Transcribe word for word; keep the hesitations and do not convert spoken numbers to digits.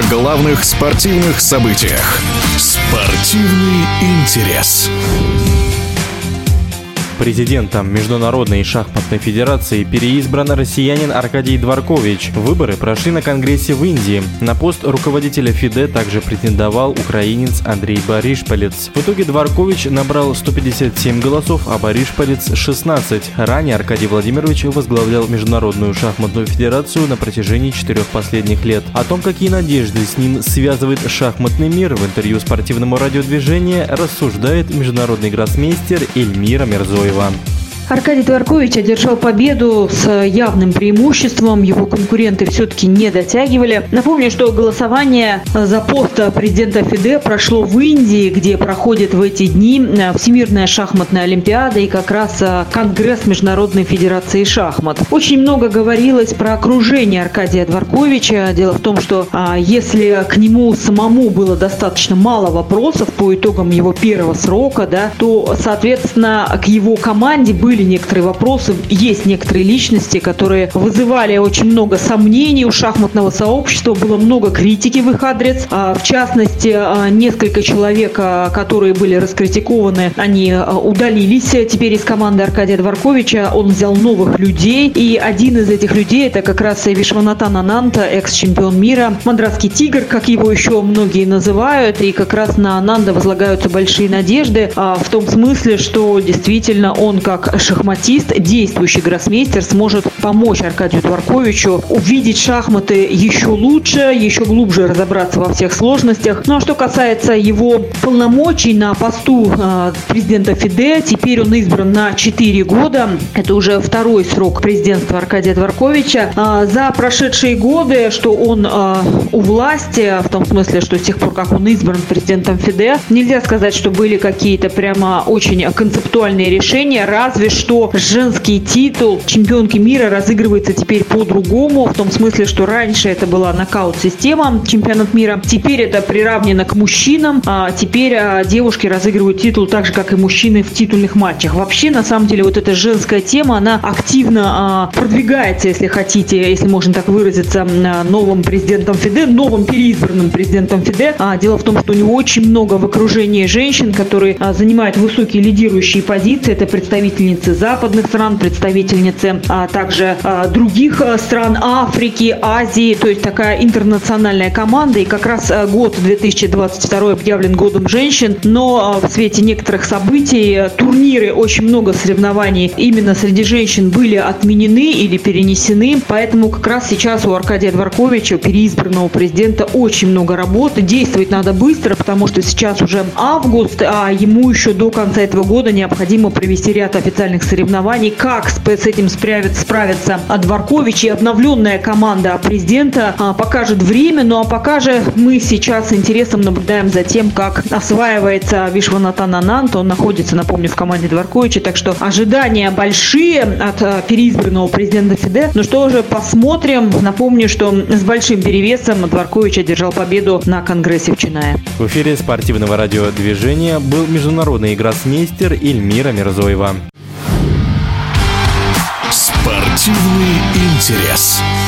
о главных спортивных событиях. Спортивный интерес. Президентом Международной шахматной федерации переизбран россиянин Аркадий Дворкович. Выборы прошли на Конгрессе в Индии. На пост руководителя ФИДЕ также претендовал украинец Андрей Баришпалец. В итоге Дворкович набрал сто пятьдесят семь голосов, а Баришпалец – шестнадцать. Ранее Аркадий Владимирович возглавлял Международную шахматную федерацию на протяжении четырех последних лет. О том, какие надежды с ним связывает шахматный мир, в интервью спортивному радиодвижению рассуждает международный гроссмейстер Эльмира Мирзоева. Аркадий Дворкович одержал победу с явным преимуществом. Его конкуренты все-таки не дотягивали. Напомню, что голосование за пост президента ФИДЕ прошло в Индии, где проходит в эти дни Всемирная шахматная олимпиада и как раз Конгресс Международной федерации шахмат. Очень много говорилось про окружение Аркадия Дворковича. Дело в том, что если к нему самому было достаточно мало вопросов по итогам его первого срока, да, то, соответственно, к его команде были некоторые вопросы, есть некоторые личности, которые вызывали очень много сомнений у шахматного сообщества, было много критики в их адрес. В частности, несколько человек, которые были раскритикованы, они удалились теперь из команды Аркадия Дворковича. Он взял новых людей, и один из этих людей — это как раз Вишванатан Ананд, экс-чемпион мира, Мадрасский тигр, как его еще многие называют, и как раз на Ананда возлагаются большие надежды, в том смысле, что действительно он как шахматист, действующий гроссмейстер, сможет помочь Аркадию Дворковичу увидеть шахматы еще лучше, еще глубже разобраться во всех сложностях. Ну а что касается его полномочий на посту э, президента ФИДЕ, теперь он избран на четыре года. Это уже второй срок президентства Аркадия Дворковича. Э, за прошедшие годы, что он э, у власти, в том смысле, что с тех пор, как он избран президентом ФИДЕ, нельзя сказать, что были какие-то прямо очень концептуальные решения, разве что женский титул чемпионки мира разыгрывается теперь по-другому, в том смысле, что раньше это была нокаут-система, чемпионат мира, теперь это приравнено к мужчинам, а теперь а, девушки разыгрывают титул так же, как и мужчины в титульных матчах. Вообще, на самом деле, вот эта женская тема, она активно а, продвигается, если хотите, если можно так выразиться, новым президентом ФИДЕ, новым переизбранным президентом ФИДЕ. А, дело в том, что у него очень много в окружении женщин, которые а, занимают высокие лидирующие позиции. Это представительницы западных стран, представительницы а также а, других стран Африки, Азии, то есть такая интернациональная команда. И как раз а, год две тысячи двадцать второй объявлен годом женщин, но а, в свете некоторых событий, турниры, очень много соревнований именно среди женщин были отменены или перенесены, поэтому как раз сейчас у Аркадия Дворковича, переизбранного президента, очень много работы, действовать надо быстро, потому что сейчас уже август, а ему еще до конца этого года необходимо провести ряд официальных соревнований. Как с этим справится, справится Дворкович и обновленная команда президента, покажет время. Ну а пока же мы сейчас с интересом наблюдаем за тем, как осваивается Вишванатан Ананд. Он находится, напомню, в команде Дворковича, так что ожидания большие от переизбранного президента ФИДЕ. Ну что же, посмотрим. Напомню, что с большим перевесом Дворкович одержал победу на Конгрессе в Чинае. В эфире спортивного радиодвижения был международный гроссмейстер Эльмира Мирзоева. Спортивный интерес.